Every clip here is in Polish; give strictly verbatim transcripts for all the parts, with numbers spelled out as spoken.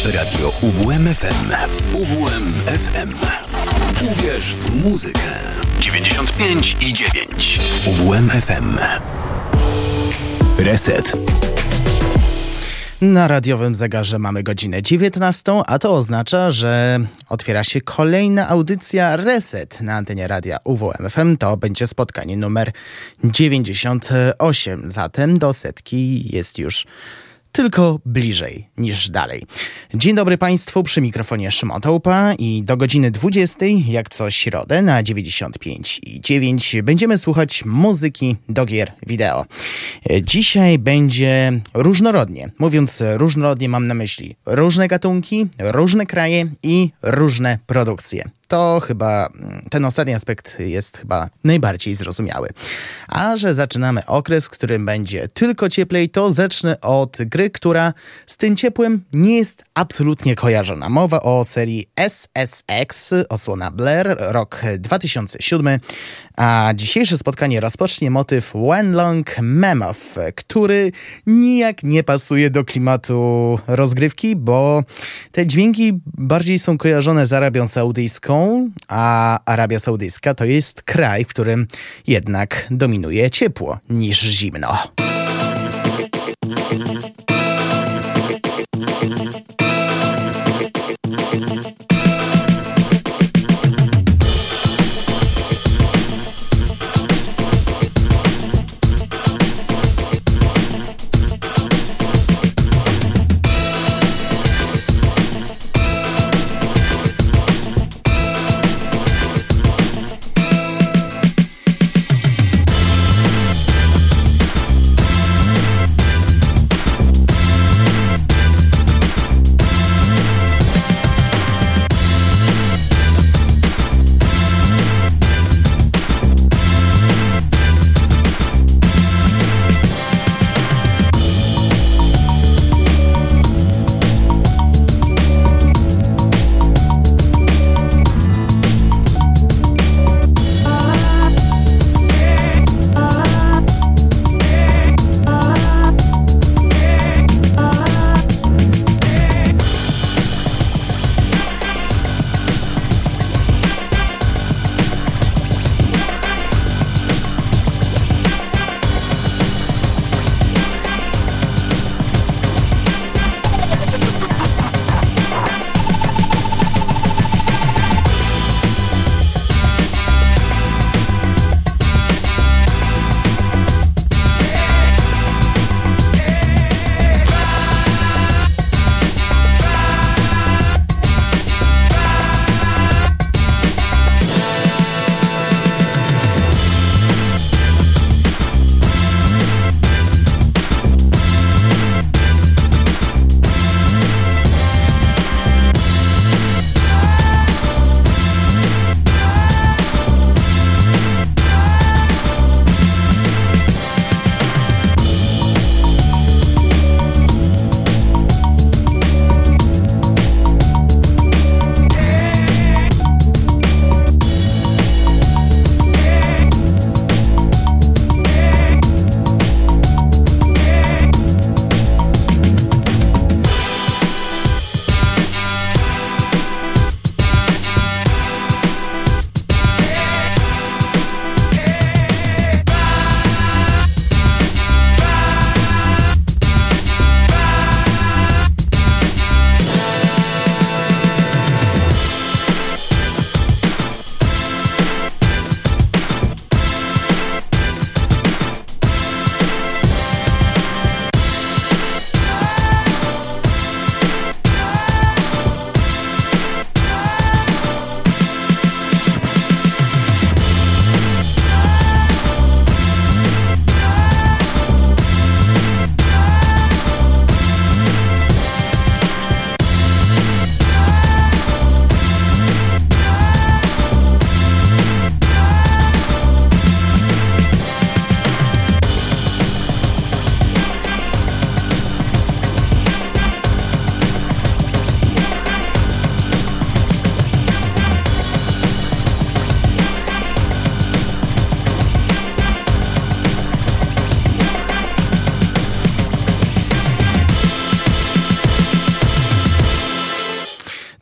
Radio U W M F M. U W M F M. Uwierz w muzykę. dziewięćdziesiąt pięć i dziewięć. U W M F M. Reset. Na radiowym zegarze mamy godzinę dziewiętnastą, a to oznacza, że otwiera się kolejna audycja Reset na antenie radia U W M F M. To będzie spotkanie numer dziewięćdziesiąt osiem, zatem do setki jest już tylko bliżej niż dalej. Dzień dobry Państwu, przy mikrofonie Szymon Tołpa i do godziny dwudziestej, jak co środę na dziewięćdziesiąt pięć i dziewięć będziemy słuchać muzyki do gier wideo. Dzisiaj będzie różnorodnie. Mówiąc różnorodnie mam na myśli różne gatunki, różne kraje i różne produkcje. To chyba, ten ostatni aspekt jest chyba najbardziej zrozumiały. A że zaczynamy okres, w którym będzie tylko cieplej, to zacznę od gry, która z tym ciepłem nie jest absolutnie kojarzona. Mowa o serii S S X, odsłona Blair, rok dwa tysiące siódmy. A dzisiejsze spotkanie rozpocznie motyw One Long Mammoth, który nijak nie pasuje do klimatu rozgrywki, bo te dźwięki bardziej są kojarzone z Arabią Saudyjską, a Arabia Saudyjska to jest kraj, w którym jednak dominuje ciepło niż zimno.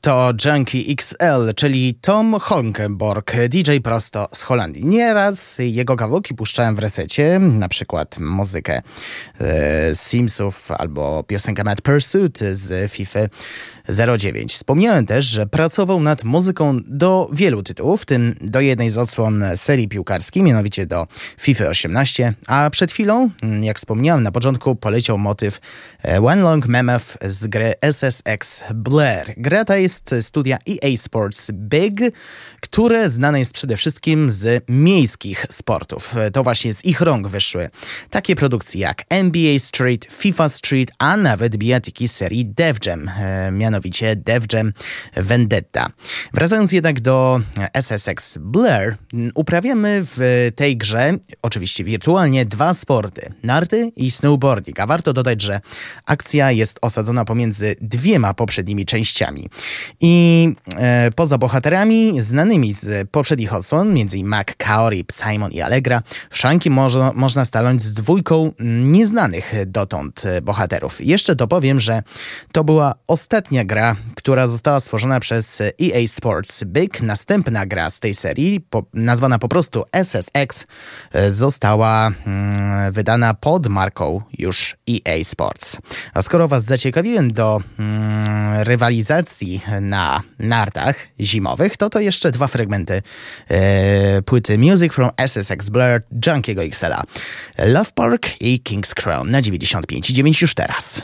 To Junkie X L, czyli Tom Honkenborg, D J prosto z Holandii. Nieraz jego kawałki puszczałem w resecie, na przykład muzykę e, Simsów albo piosenkę Mad Pursuit z FIFA zero dziewięć. Wspomniałem też, że pracował nad muzyką do wielu tytułów, w tym do jednej z odsłon serii piłkarskiej, mianowicie do FIFA osiemnaście, a przed chwilą, jak wspomniałem na początku, poleciał motyw One Long Mammoth z gry S S X Blair. Gra ta jest studia E A Sports Big, które znane jest przede wszystkim z miejskich sportów. To właśnie z ich rąk wyszły takie produkcje jak N B A Street, FIFA Street, a nawet bijatyki z serii Def Jam, e, mianowicie Def Jam Vendetta. Wracając jednak do S S X Blair, uprawiamy w tej grze, oczywiście wirtualnie, dwa sporty, narty i snowboarding, a warto dodać, że akcja jest osadzona pomiędzy dwiema poprzednimi częściami. I e, poza bohaterami znanymi z poprzednich odsłon, między Mac, Kaori, Simon i Allegra, w szranki mo- można stanąć z dwójką nieznanych dotąd bohaterów. Jeszcze dopowiem, że to była ostatnia gra, która została stworzona przez E A Sports Big. Następna gra z tej serii, po, nazwana po prostu S S X, została mm, wydana pod marką już E A Sports. A skoro was zaciekawiłem do mm, rywalizacji na nartach zimowych, to to jeszcze dwa fragmenty e, płyty Music from S S X Blair Junkiego X L A. Love Park i King's Crown na dziewięćdziesiąt pięć i dziewięć już teraz.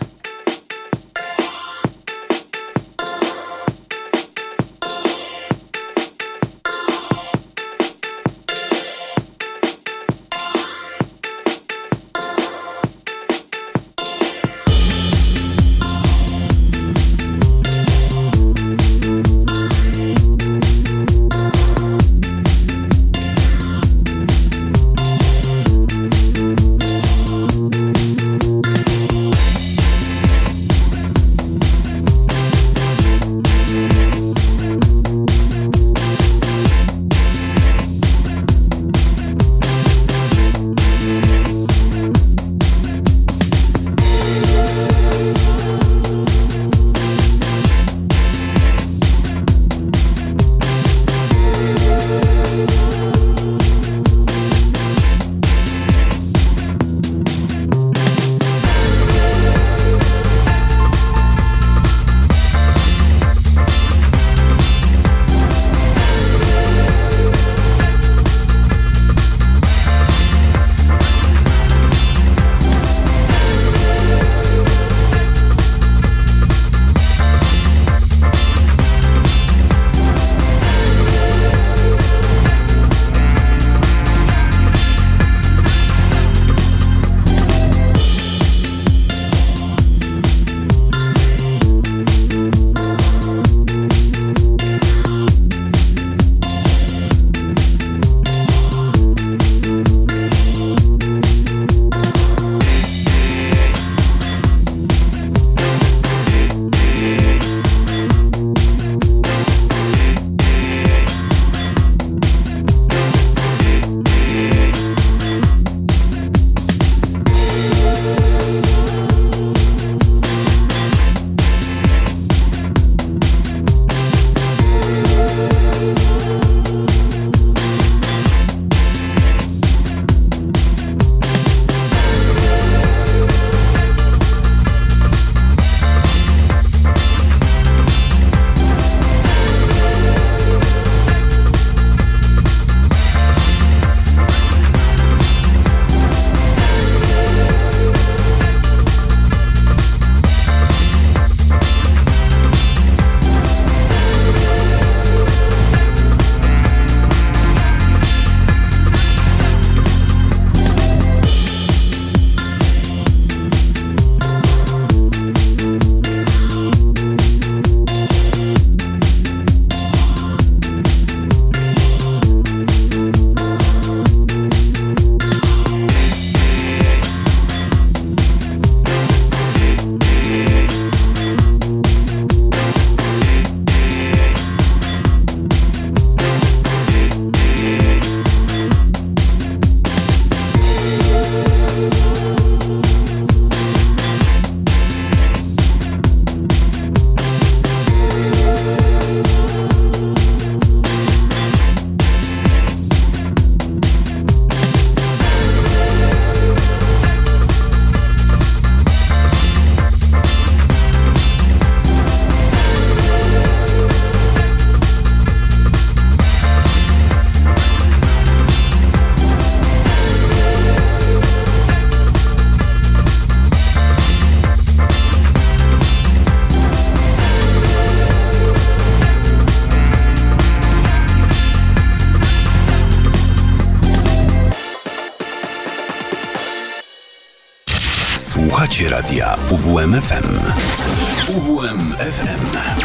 pięć radia U W M F M. U W M F M.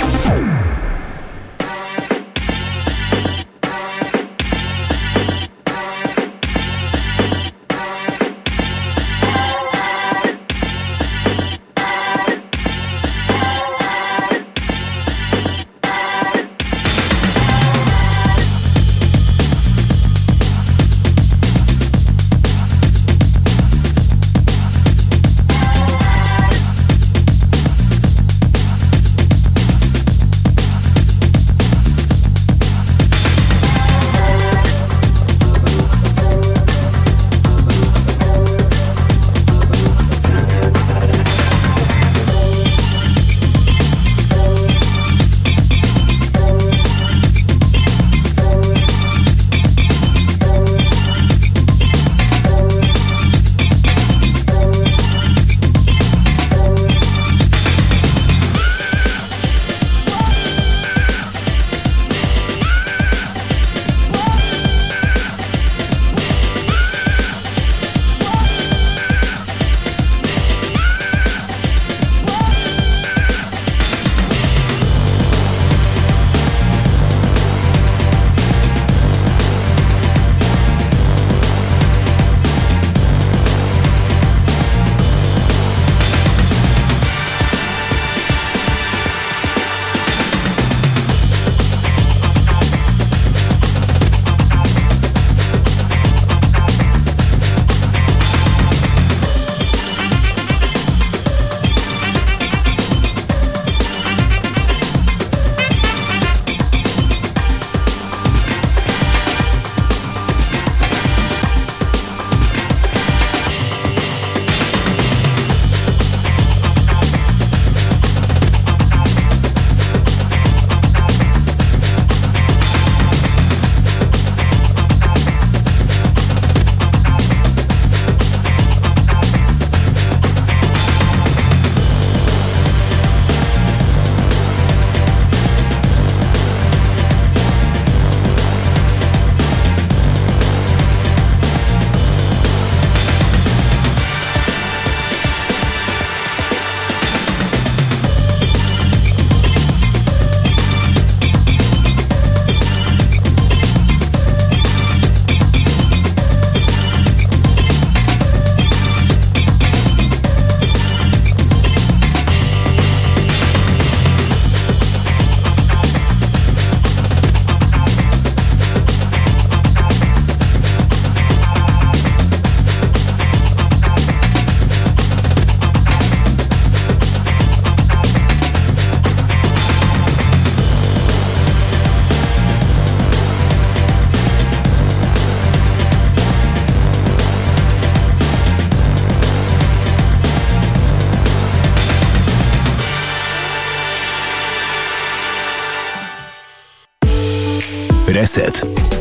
Reset.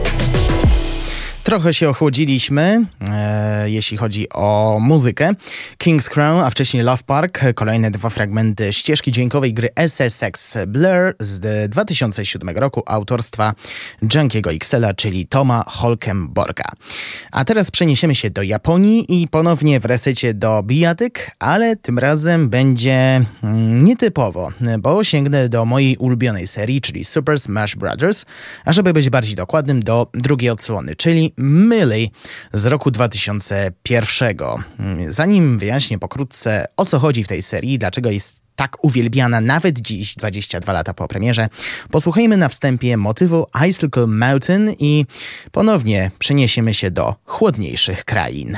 Trochę się ochłodziliśmy, e, jeśli chodzi o muzykę. King's Crown, a wcześniej Love Park. Kolejne dwa fragmenty ścieżki dźwiękowej gry S S X Blur z dwa tysiące siódmego roku autorstwa Junkiego X L a, czyli Toma Holkenborga. A teraz przeniesiemy się do Japonii i ponownie w resecie do bijatyk, ale tym razem będzie mm, nietypowo, bo sięgnę do mojej ulubionej serii, czyli Super Smash Brothers, a żeby być bardziej dokładnym, do drugiej odsłony, czyli Melee z roku dwa tysiące pierwszego. Zanim wyjaśnię pokrótce, o co chodzi w tej serii, dlaczego jest tak uwielbiana nawet dziś, dwadzieścia dwa lata po premierze, posłuchajmy na wstępie motywu Icicle Mountain i ponownie przeniesiemy się do chłodniejszych krain.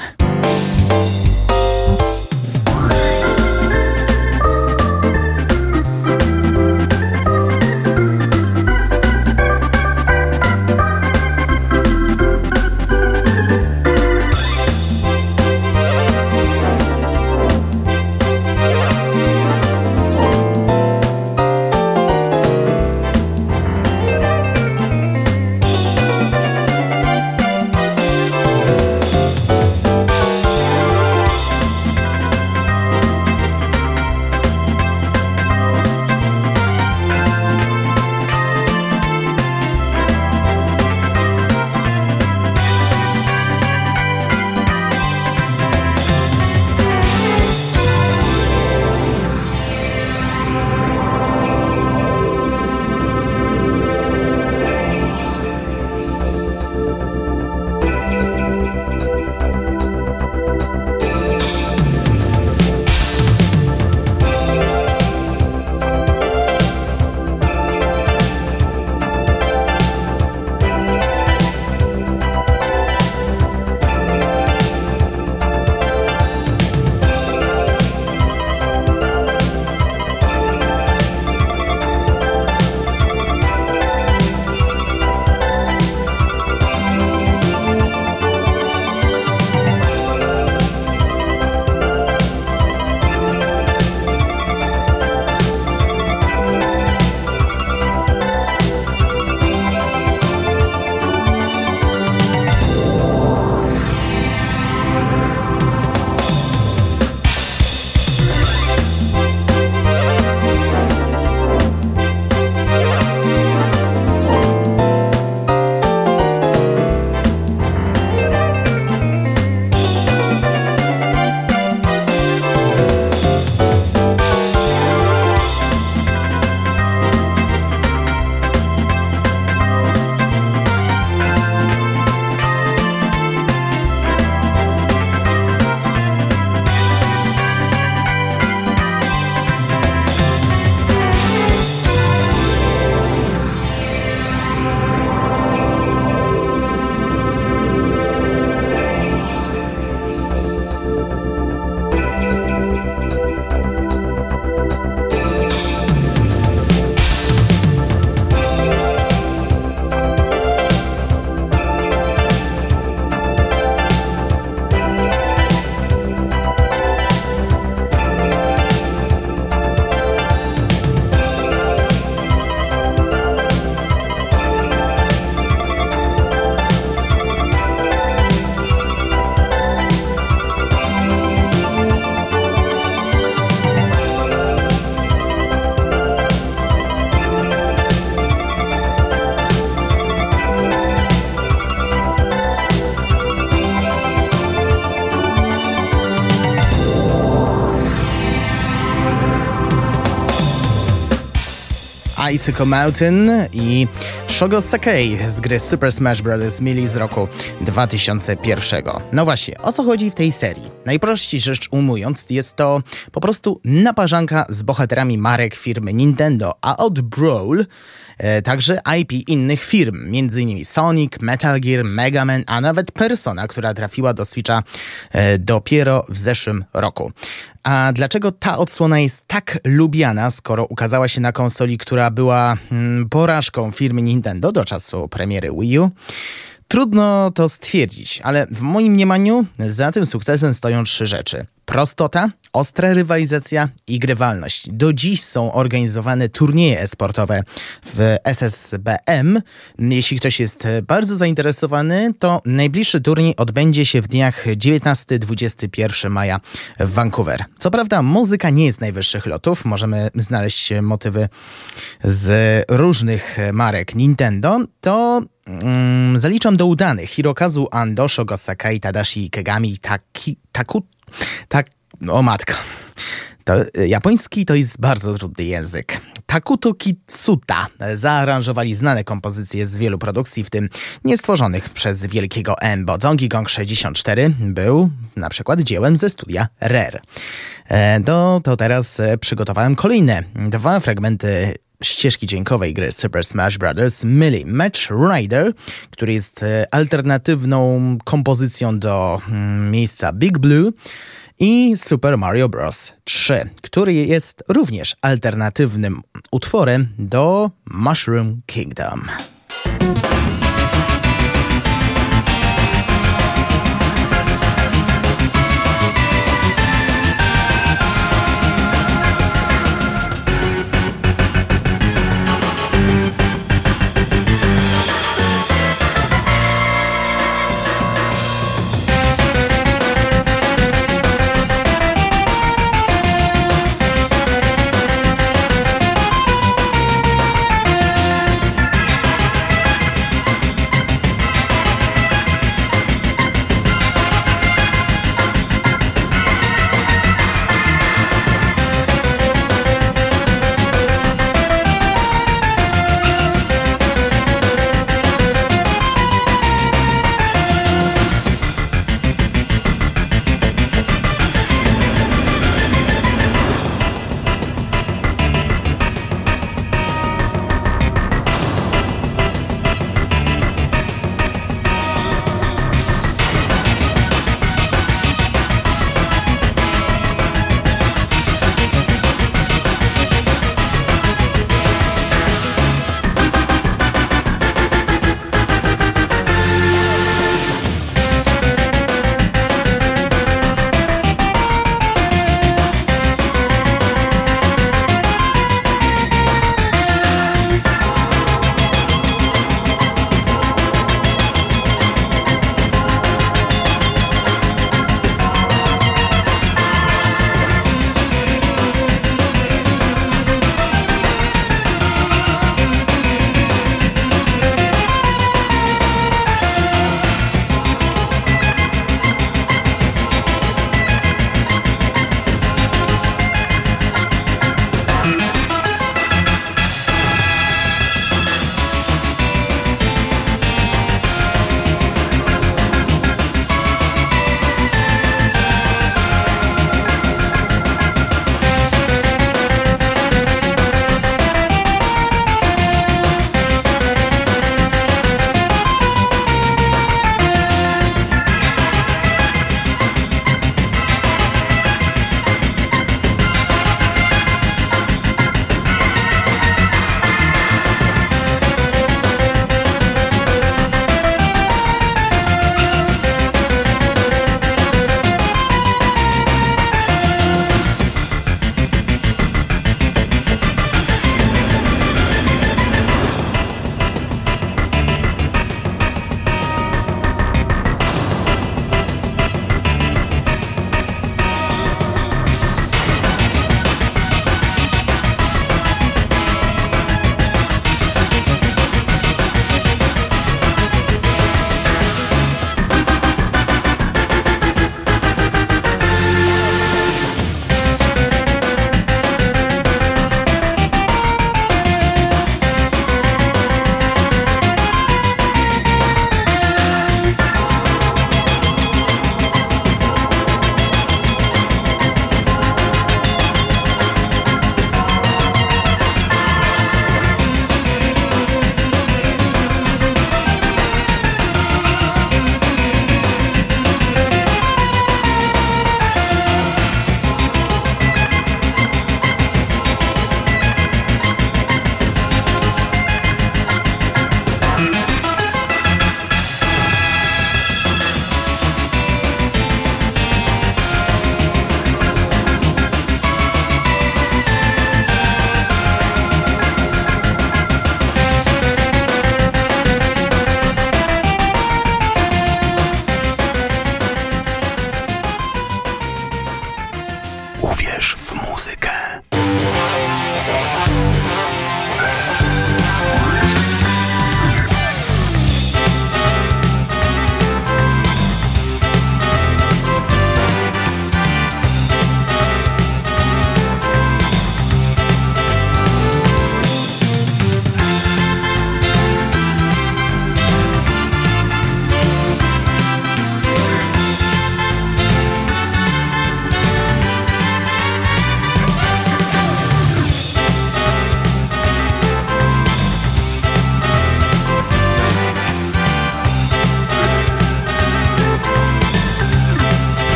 Icicle Mountain i Shogo Sakai z gry Super Smash Bros. Melee z roku dwa tysiące pierwszego. No właśnie, o co chodzi w tej serii? Najprościej rzecz ujmując, jest to po prostu naparzanka z bohaterami marek firmy Nintendo, a od Brawl e, także I P innych firm, m.in. Sonic, Metal Gear, Mega Man, a nawet Persona, która trafiła do Switcha e, dopiero w zeszłym roku. A dlaczego ta odsłona jest tak lubiana, skoro ukazała się na konsoli, która była mm, porażką firmy Nintendo do czasu premiery Wii U? Trudno to stwierdzić, ale w moim mniemaniu za tym sukcesem stoją trzy rzeczy. Prostota, ostra rywalizacja i grywalność. Do dziś są organizowane turnieje e-sportowe w S S B M. Jeśli ktoś jest bardzo zainteresowany, to najbliższy turniej odbędzie się w dniach dziewiętnastego do dwudziestego pierwszego maja w Vancouver. Co prawda muzyka nie jest najwyższych lotów. Możemy znaleźć motywy z różnych marek Nintendo. To mm, zaliczam do udanych Hirokazu Ando, Shogo Sakai, Tadashi Kegami, Taki, Taku... Tak, o matko. To, japoński to jest bardzo trudny język. Takuto Kitsuta zaaranżowali znane kompozycje z wielu produkcji, w tym niestworzonych przez wielkiego M, bo Donkey Kong sześćdziesiąt cztery był na przykład dziełem ze studia Rare. Do, to teraz przygotowałem kolejne dwa fragmenty ścieżki dźwiękowej gry Super Smash Bros. Melee. Match Rider, który jest alternatywną kompozycją do mm, miejsca Big Blue, i Super Mario Bros. trzy, który jest również alternatywnym utworem do Mushroom Kingdom.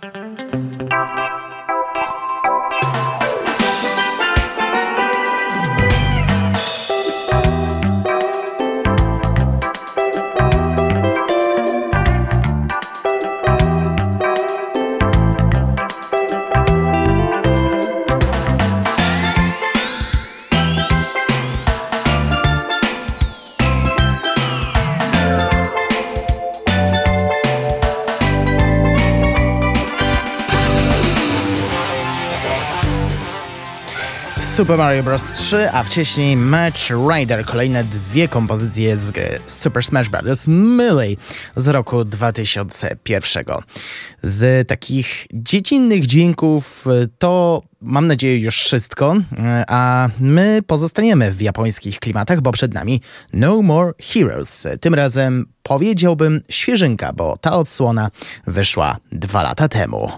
Super Mario Bros. trzy, a wcześniej Match Rider. Kolejne dwie kompozycje z gry Super Smash Bros. Melee z roku dwa tysiące pierwszego. Z takich dziecinnych dźwięków to mam nadzieję już wszystko, a my pozostaniemy w japońskich klimatach, bo przed nami No More Heroes. Tym razem powiedziałbym świeżynka, bo ta odsłona wyszła dwa lata temu.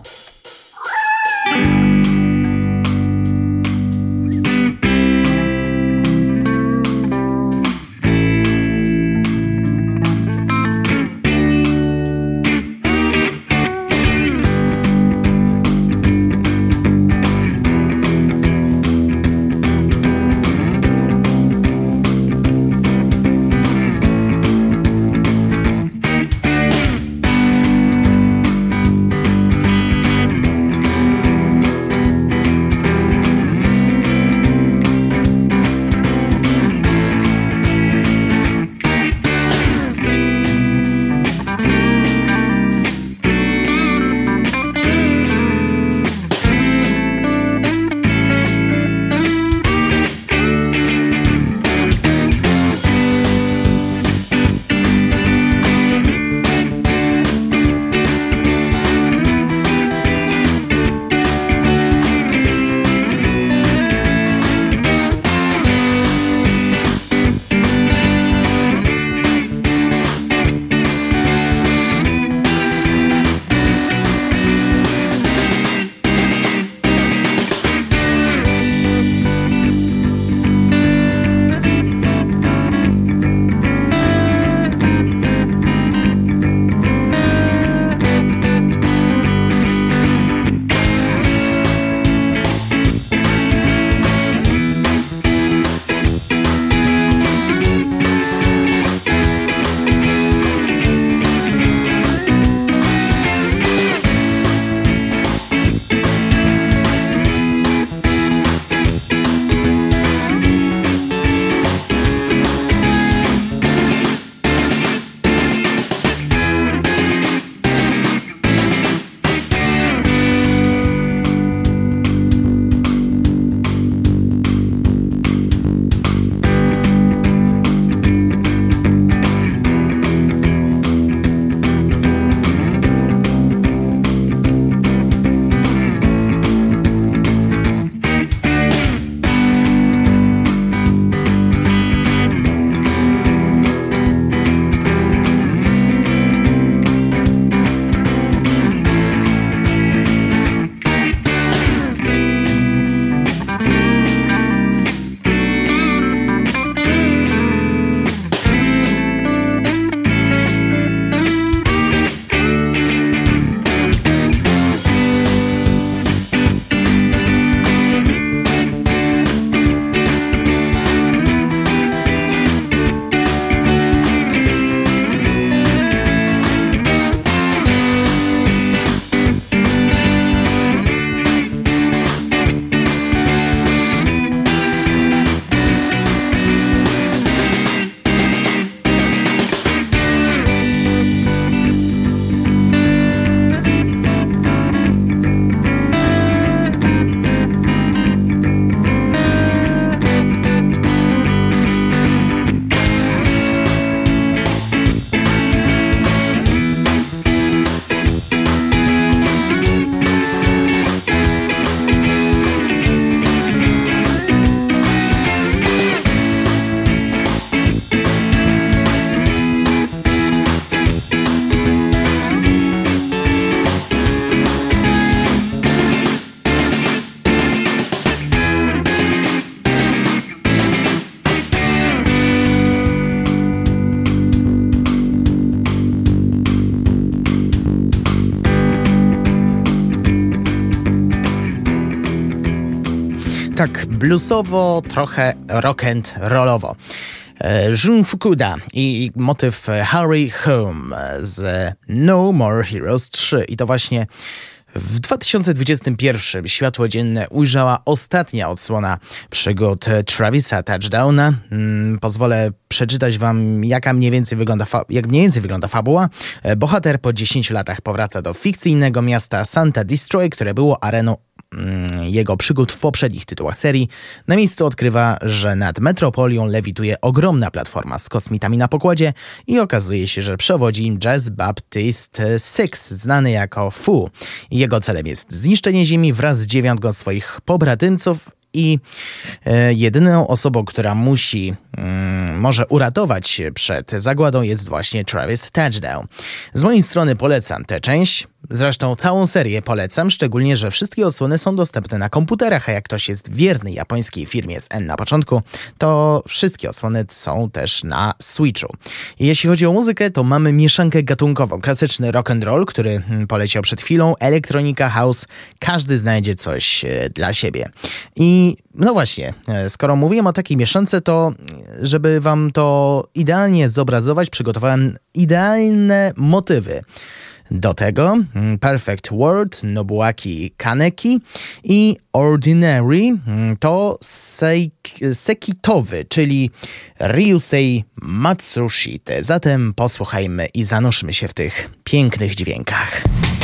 Tak bluesowo, trochę rock and rollowo. Jun Fukuda i motyw Hurry Home z No More Heroes trzy. I to właśnie w dwa tysiące dwudziestym pierwszym światło dzienne ujrzała ostatnia odsłona przygód Travisa Touchdowna. Hmm, pozwolę przeczytać wam, jaka mniej więcej wygląda fa- jak mniej więcej wygląda fabuła. Bohater po dziesięciu latach powraca do fikcyjnego miasta Santa Destroy, które było areną jego przygód w poprzednich tytułach serii. Na miejscu odkrywa, że nad metropolią lewituje ogromna platforma z kosmitami na pokładzie i okazuje się, że przewodzi im Jazz Baptist Six, znany jako Fu. Jego celem jest zniszczenie Ziemi wraz z dziewiątką swoich pobratymców i e, jedyną osobą, która musi, mm, może uratować się przed zagładą, jest właśnie Travis Touchdown. Z mojej strony polecam tę część. Zresztą całą serię polecam, szczególnie, że wszystkie odsłony są dostępne na komputerach, a jak ktoś jest wierny japońskiej firmie z N na początku, to wszystkie odsłony są też na Switchu. Jeśli chodzi o muzykę, to mamy mieszankę gatunkową. Klasyczny rock and roll, który poleciał przed chwilą, elektronika, house, każdy znajdzie coś dla siebie. I no właśnie, skoro mówiłem o takiej mieszance, to żeby wam to idealnie zobrazować, przygotowałem idealne motywy. Do tego Perfect World Nobuaki Kaneki i Ordinary to seik- sekitowy, czyli Ryusei Matsushita. Zatem posłuchajmy i zanurzmy się w tych pięknych dźwiękach.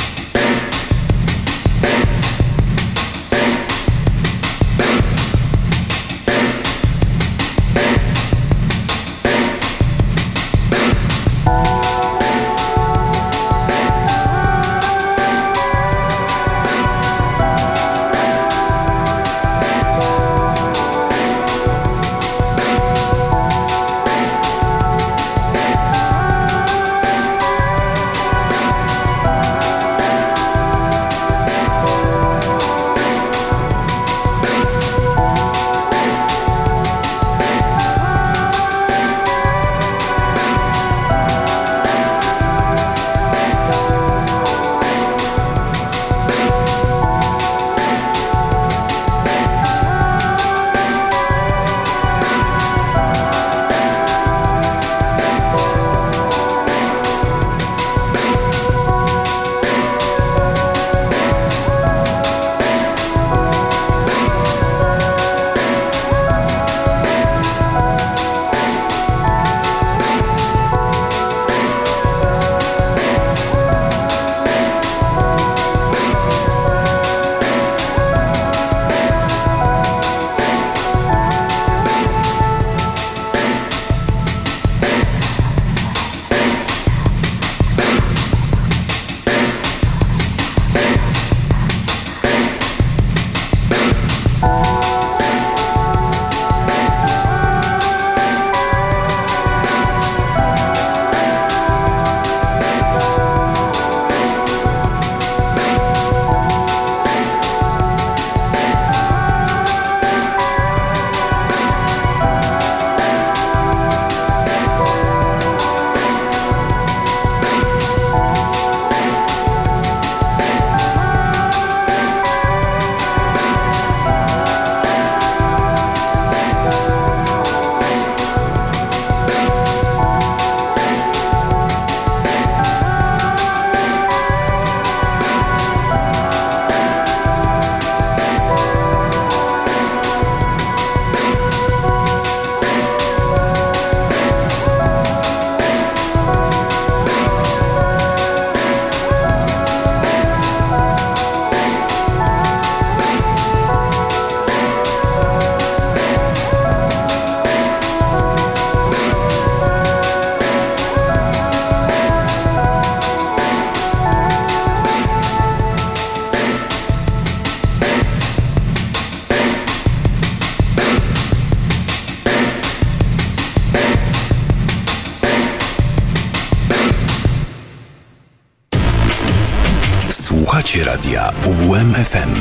Słuchacie radia U W M F M.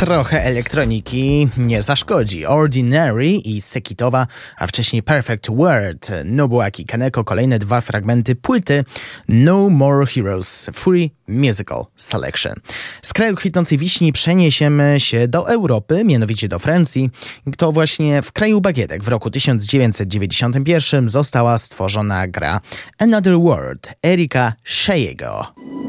Trochę elektroniki nie zaszkodzi. Ordinary i Sekitowa, a wcześniej Perfect World. Nobuaki Kaneko, kolejne dwa fragmenty płyty No More Heroes Free Musical Selection. Z kraju kwitnącej wiśni przeniesiemy się do Europy, mianowicie do Francji. To właśnie w kraju bagietek w roku tysiąc dziewięćset dziewięćdziesiątym pierwszym została stworzona gra Another World Erika Szejego.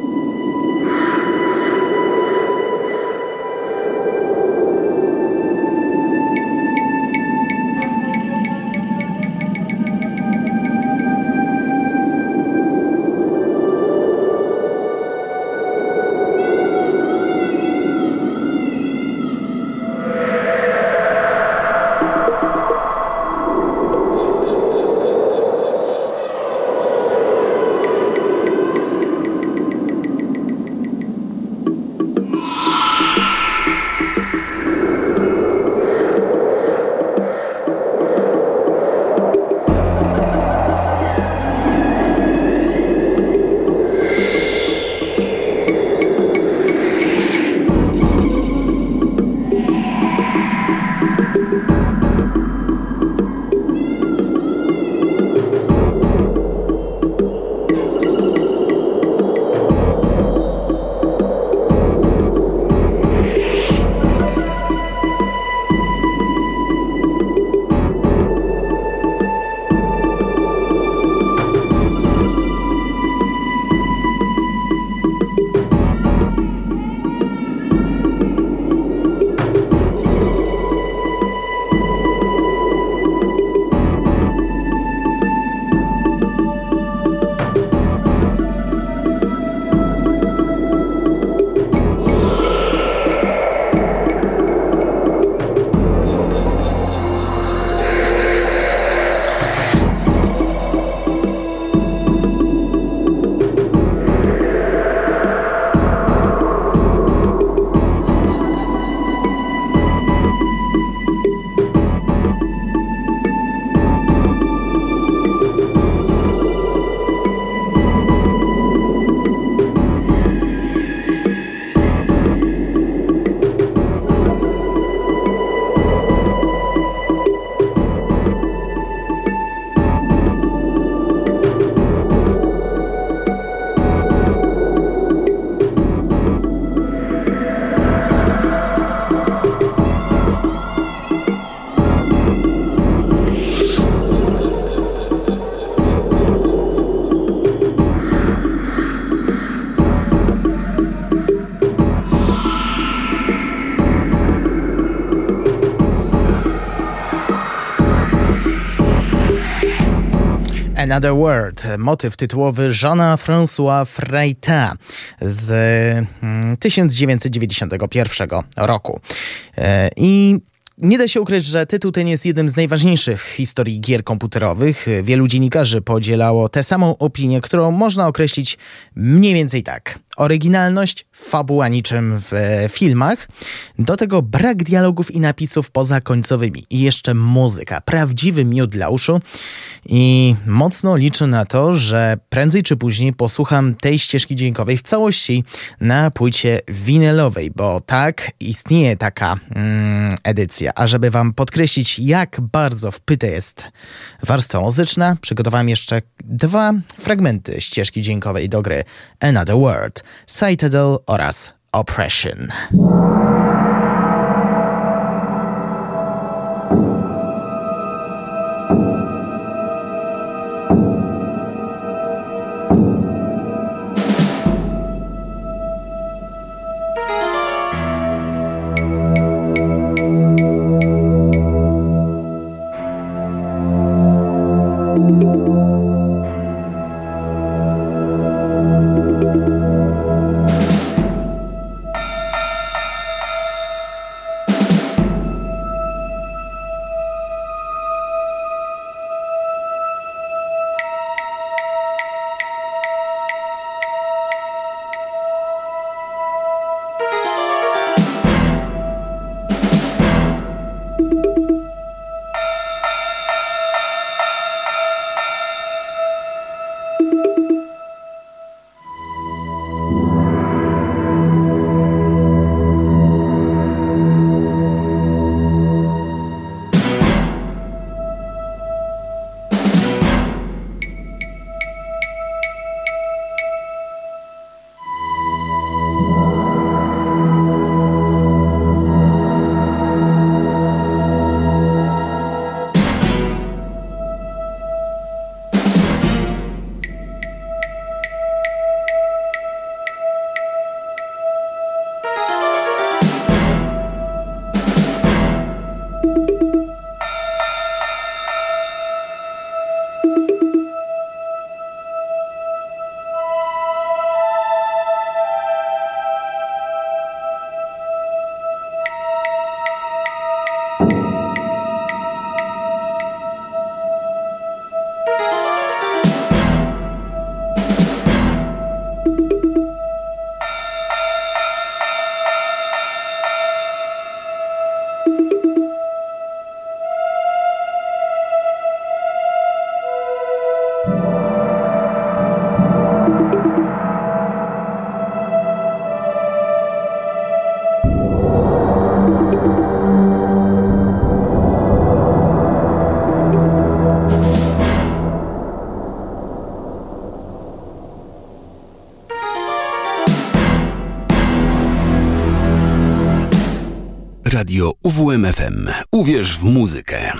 Another World, motyw tytułowy Jeana-François Freita z tysiąc dziewięćset dziewięćdziesiątego pierwszego roku. I nie da się ukryć, że tytuł ten jest jednym z najważniejszych w historii gier komputerowych. Wielu dziennikarzy podzielało tę samą opinię, którą można określić mniej więcej tak. Oryginalność, fabuła niczym w filmach, do tego brak dialogów i napisów pozakońcowymi i jeszcze muzyka, prawdziwy miód dla uszu i mocno liczę na to, że prędzej czy później posłucham tej ścieżki dźwiękowej w całości na płycie winylowej, bo tak, istnieje taka mm, edycja. A żeby wam podkreślić, jak bardzo wpyte jest warstwa muzyczna, przygotowałem jeszcze dwa fragmenty ścieżki dźwiękowej do gry Another World, Citadel oraz Oppression. Radio U W M F M. Uwierz w muzykę.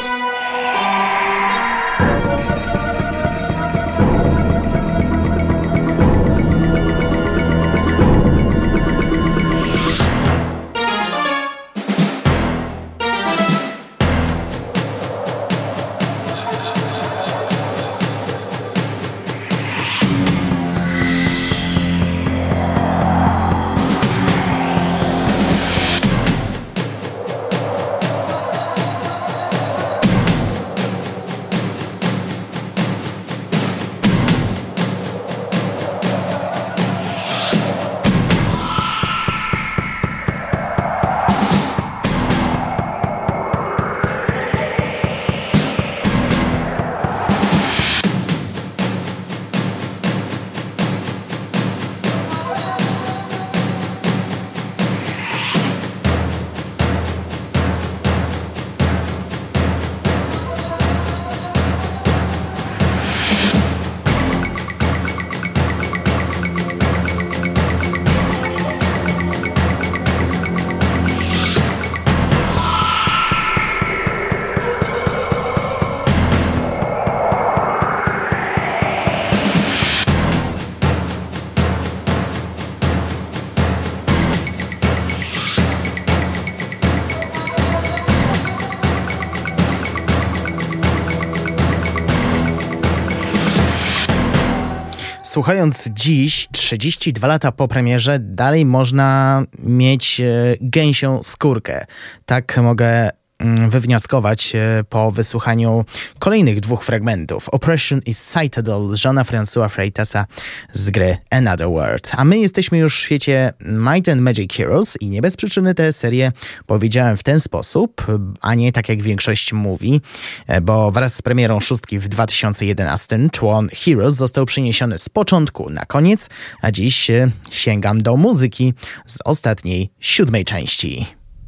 Słuchając dziś, trzydzieści dwa lata po premierze, dalej można mieć e, gęsią skórkę. Tak mogę mm, wywnioskować e, po wysłuchaniu kolejnych dwóch fragmentów. Oppression i Citadel Jeana François Freitasa z gry Another World. A my jesteśmy już w świecie Might and Magic Heroes i nie bez przyczyny tę serię powiedziałem w ten sposób, a nie tak jak większość mówi, bo wraz z premierą szóstki w dwa tysiące jedenastym człon Heroes został przeniesiony z początku na koniec, a dziś sięgam do muzyki z ostatniej, siódmej części.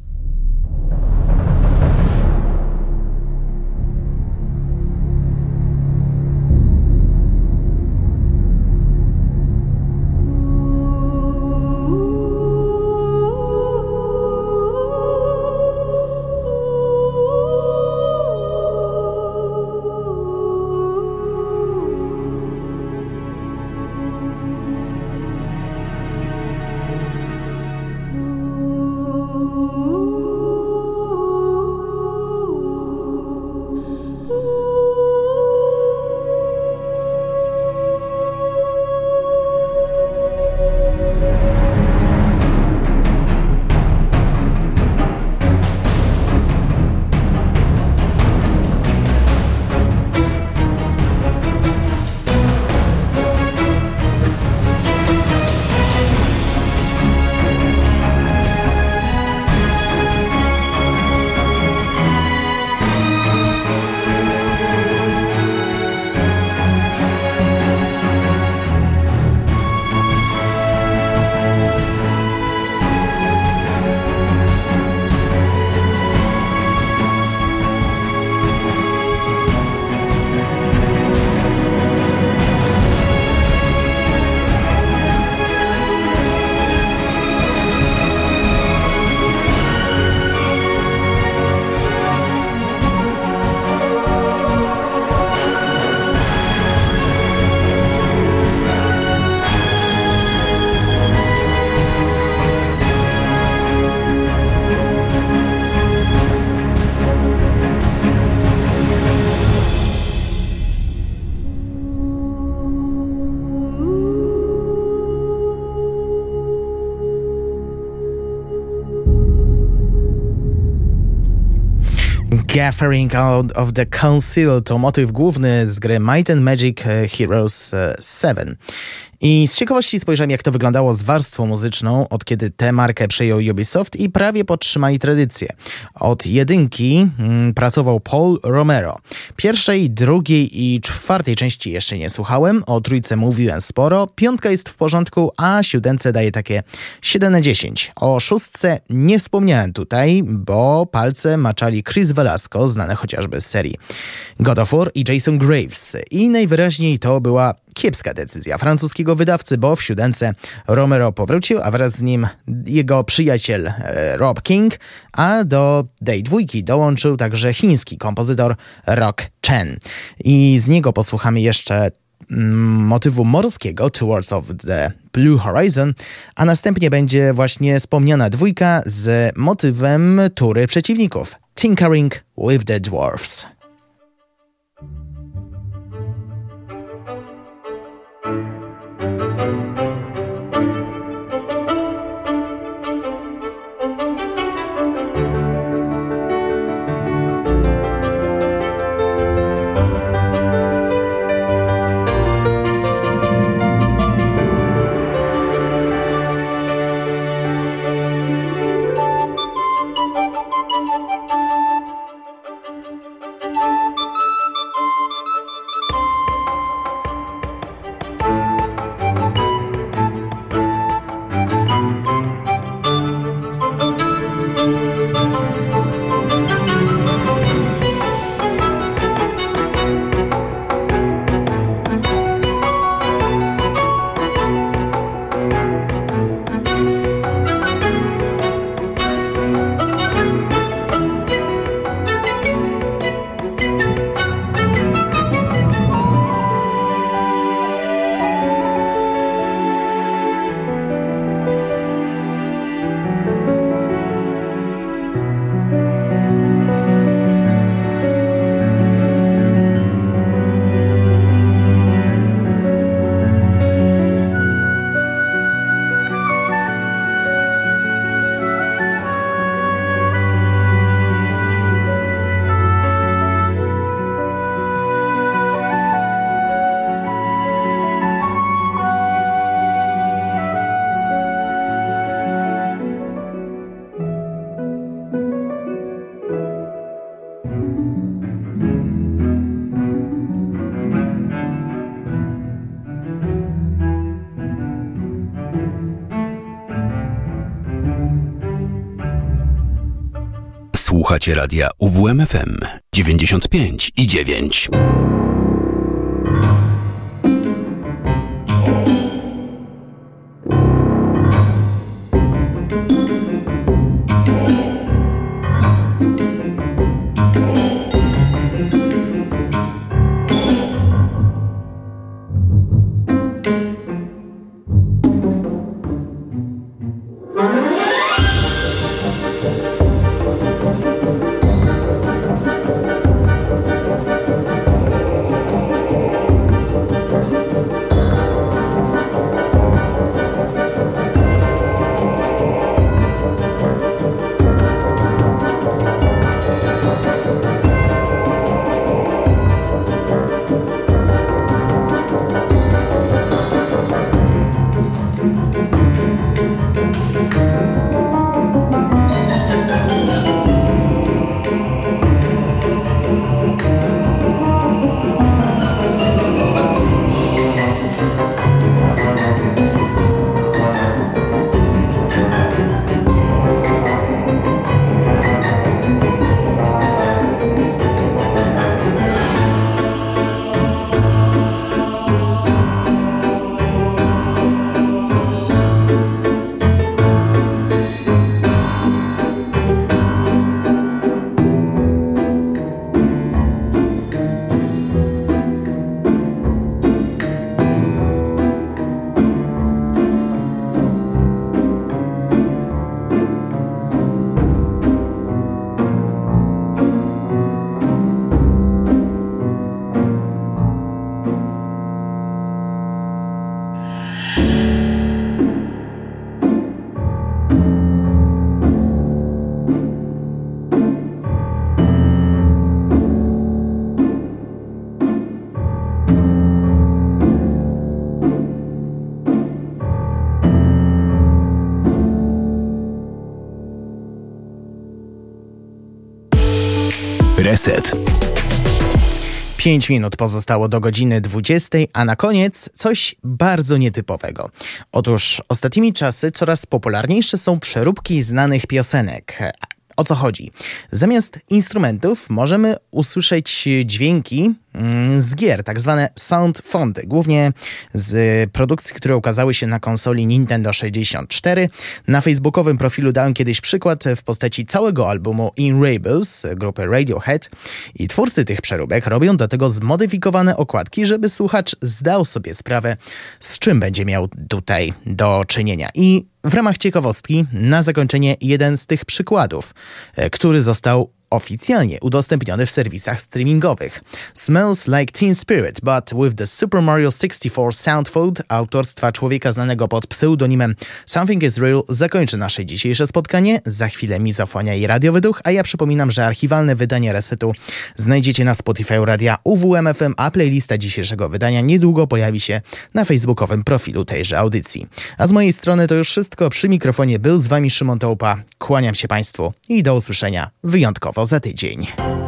Gathering Out of the Council to motyw główny z gry Might and Magic Heroes siedem. I z ciekawości spojrzałem, jak to wyglądało z warstwą muzyczną, od kiedy tę markę przejął Ubisoft i prawie podtrzymali tradycję. Od jedynki mm, pracował Paul Romero. Pierwszej, drugiej i czwartej części jeszcze nie słuchałem, o trójce mówiłem sporo, piątka jest w porządku, a siódemce daje takie siedem na dziesięć. O szóstce nie wspomniałem tutaj, bo palce maczali Chris Velasco, znany chociażby z serii God of War i Jason Graves. I najwyraźniej to była kiepska decyzja francuskiego wydawcy, bo w siódemce Romero powrócił, a wraz z nim jego przyjaciel e, Rob King, a do tej dwójki dołączył także chiński kompozytor Rock Chen. I z niego posłuchamy jeszcze motywu morskiego Towards of the Blue Horizon, a następnie będzie właśnie wspomniana dwójka z motywem tury przeciwników Tinkering with the Dwarfs. Słuchacie radia U W M F M dziewięćdziesiąt pięć i dziewięć. Reset. Pięć minut pozostało do godziny dwudziestej, a na koniec coś bardzo nietypowego. Otóż ostatnimi czasy coraz popularniejsze są przeróbki znanych piosenek. O co chodzi? Zamiast instrumentów możemy usłyszeć dźwięki z gier, tak zwane sound fonty, głównie z produkcji, które ukazały się na konsoli Nintendo sześćdziesiąt cztery. Na facebookowym profilu dałem kiedyś przykład w postaci całego albumu In Rebels grupy Radiohead i twórcy tych przeróbek robią do tego zmodyfikowane okładki, żeby słuchacz zdał sobie sprawę, z czym będzie miał tutaj do czynienia. I w ramach ciekawostki na zakończenie jeden z tych przykładów, który został oficjalnie udostępniony w serwisach streamingowych. Smells Like Teen Spirit, but with the Super Mario sixty-four sound food autorstwa człowieka znanego pod pseudonimem Something Is Real zakończy nasze dzisiejsze spotkanie. Za chwilę Mizofonia i Radiowy Duch, a ja przypominam, że archiwalne wydanie Resetu znajdziecie na Spotify Radia U W M F M, a playlista dzisiejszego wydania niedługo pojawi się na facebookowym profilu tejże audycji. A z mojej strony to już wszystko. Przy mikrofonie był z wami Szymon Tołpa. Kłaniam się Państwu i do usłyszenia wyjątkowo za tydzień.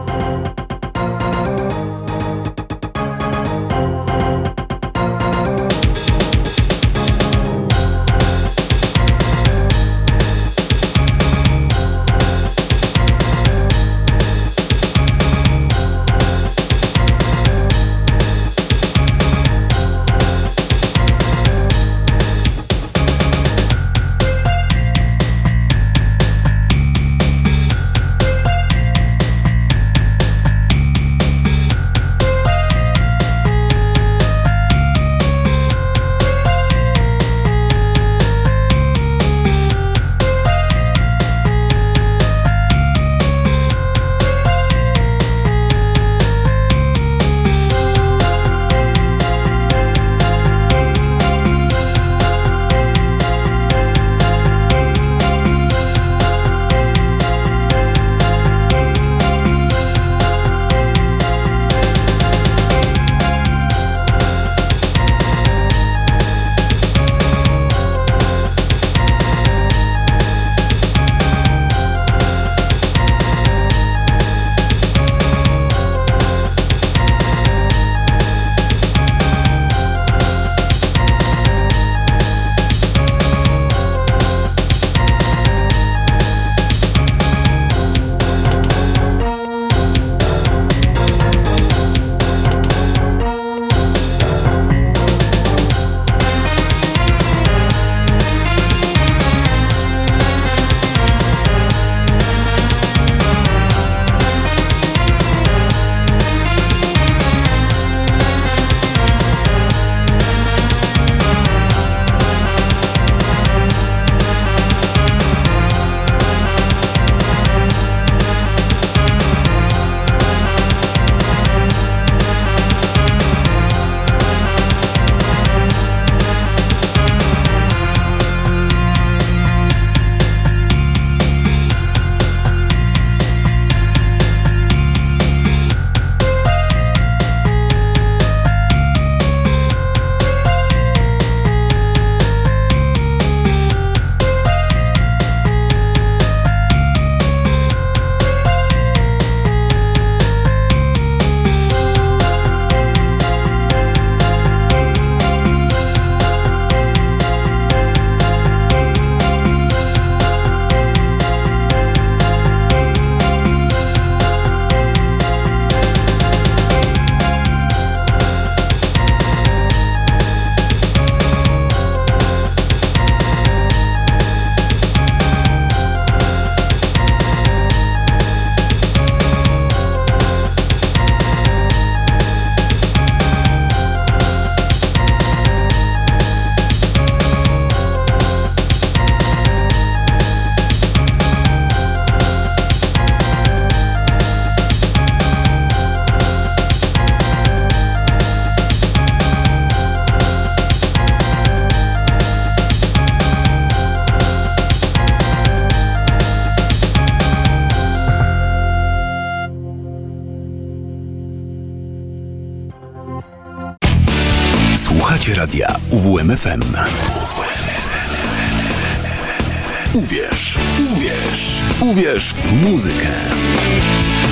Słuchacie radia U W M F M. Uwierz, uwierz, uwierz w muzykę.